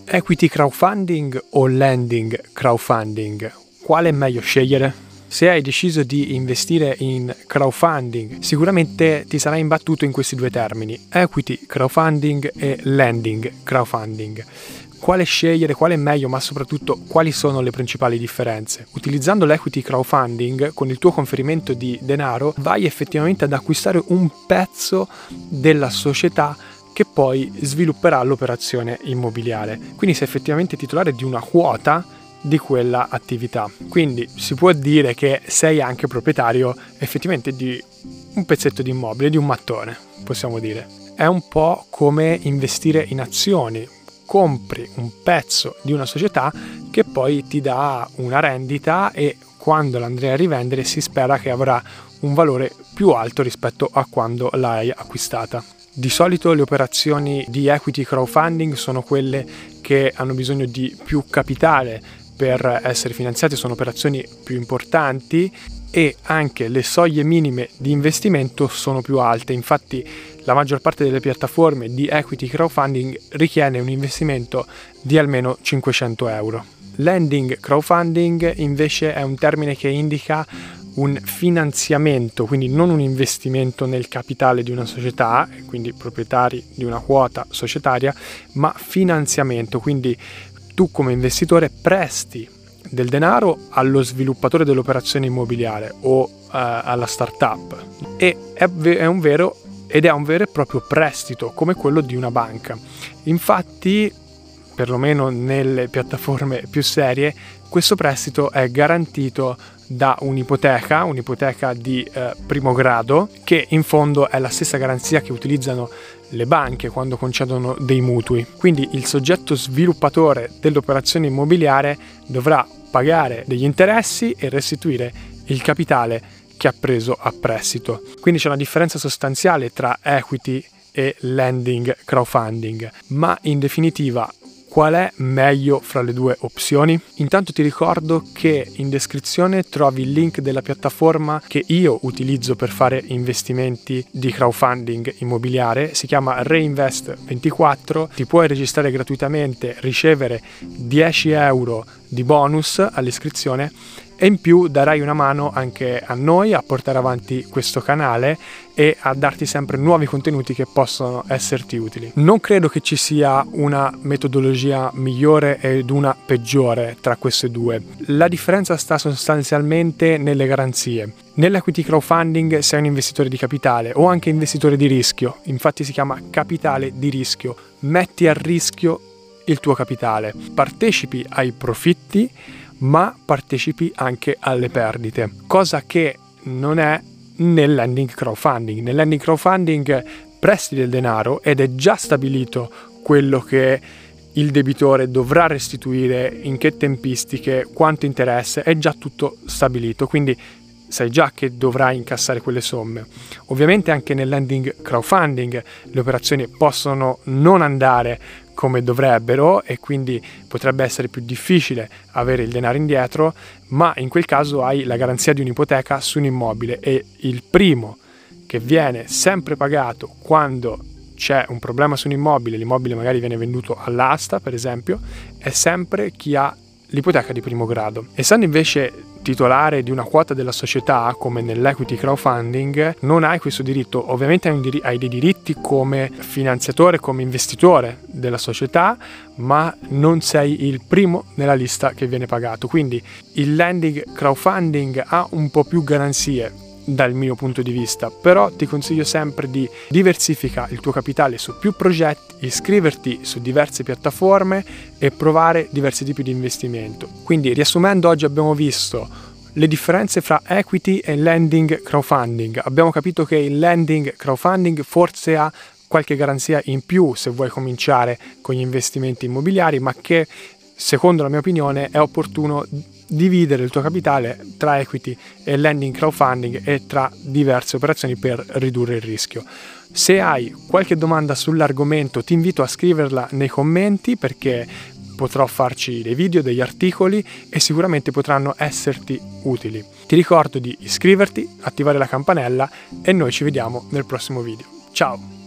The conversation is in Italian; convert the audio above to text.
Equity crowdfunding o lending crowdfunding? Quale è meglio scegliere? Se hai deciso di investire in crowdfunding, sicuramente ti sarai imbattuto in questi due termini, equity crowdfunding e lending crowdfunding. Quale scegliere, quale è meglio, ma soprattutto quali sono le principali differenze? Utilizzando l'equity crowdfunding, con il tuo conferimento di denaro, vai effettivamente ad acquistare un pezzo della società che poi svilupperà l'operazione immobiliare. Quindi sei effettivamente titolare di una quota di quella attività. Quindi si può dire che sei anche proprietario effettivamente di un pezzetto di immobile, di un mattone, possiamo dire. È un po' come investire in azioni. Compri un pezzo di una società che poi ti dà una rendita e quando l'andrai a rivendere si spera che avrà un valore più alto rispetto a quando l'hai acquistata. Di solito le operazioni di equity crowdfunding sono quelle che hanno bisogno di più capitale per essere finanziate, sono operazioni più importanti e anche le soglie minime di investimento sono più alte. Infatti la maggior parte delle piattaforme di equity crowdfunding richiede un investimento di almeno 500 euro. Lending crowdfunding invece è un termine che indica un finanziamento, quindi non un investimento nel capitale di una società, quindi proprietari di una quota societaria, ma finanziamento, quindi tu come investitore presti del denaro allo sviluppatore dell'operazione immobiliare o alla startup ed è un vero e proprio prestito come quello di una banca. Infatti, perlomeno nelle piattaforme più serie, questo prestito è garantito da un'ipoteca di primo grado, che in fondo è la stessa garanzia che utilizzano le banche quando concedono dei mutui. Quindi il soggetto sviluppatore dell'operazione immobiliare dovrà pagare degli interessi e restituire il capitale che ha preso a prestito. Quindi c'è una differenza sostanziale tra equity e lending crowdfunding, ma in definitiva qual è meglio fra le due opzioni? Intanto ti ricordo che in descrizione trovi il link della piattaforma che io utilizzo per fare investimenti di crowdfunding immobiliare, si chiama Reinvest24, ti puoi registrare gratuitamente, ricevere 10 euro di bonus all'iscrizione e in più darai una mano anche a noi a portare avanti questo canale e a darti sempre nuovi contenuti che possono esserti utili. Non credo che ci sia una metodologia migliore ed una peggiore tra queste due. La differenza sta sostanzialmente nelle garanzie. Nell'equity crowdfunding sei un investitore di capitale o anche investitore di rischio, infatti si chiama capitale di rischio. Metti a rischio il tuo capitale, partecipi ai profitti ma partecipi anche alle perdite, cosa che non è nel lending crowdfunding. Nel lending crowdfunding presti del denaro ed è già stabilito quello che il debitore dovrà restituire, in che tempistiche, quanto interesse, è già tutto stabilito, quindi sai già che dovrai incassare quelle somme. Ovviamente anche nel lending crowdfunding le operazioni possono non andare come dovrebbero e quindi potrebbe essere più difficile avere il denaro indietro, ma in quel caso hai la garanzia di un'ipoteca su un immobile e il primo che viene sempre pagato quando c'è un problema su un immobile, l'immobile magari viene venduto all'asta per esempio, è sempre chi ha l'ipoteca di primo grado. Essendo invece titolare di una quota della società come nell'equity crowdfunding non hai questo diritto. Ovviamente hai dei diritti come finanziatore, come investitore della società, ma non sei il primo nella lista che viene pagato. Quindi il lending crowdfunding ha un po' più garanzie dal mio punto di vista, però ti consiglio sempre di diversificare il tuo capitale su più progetti, iscriverti su diverse piattaforme e provare diversi tipi di investimento. Quindi riassumendo, oggi abbiamo visto le differenze fra equity e lending crowdfunding. Abbiamo capito che il lending crowdfunding forse ha qualche garanzia in più se vuoi cominciare con gli investimenti immobiliari, ma che secondo la mia opinione è opportuno dividere il tuo capitale tra equity e lending crowdfunding e tra diverse operazioni per ridurre il rischio. Se hai qualche domanda sull'argomento ti invito a scriverla nei commenti perché potrò farci dei video, degli articoli e sicuramente potranno esserti utili. Ti ricordo di iscriverti, attivare la campanella e noi ci vediamo nel prossimo video. Ciao!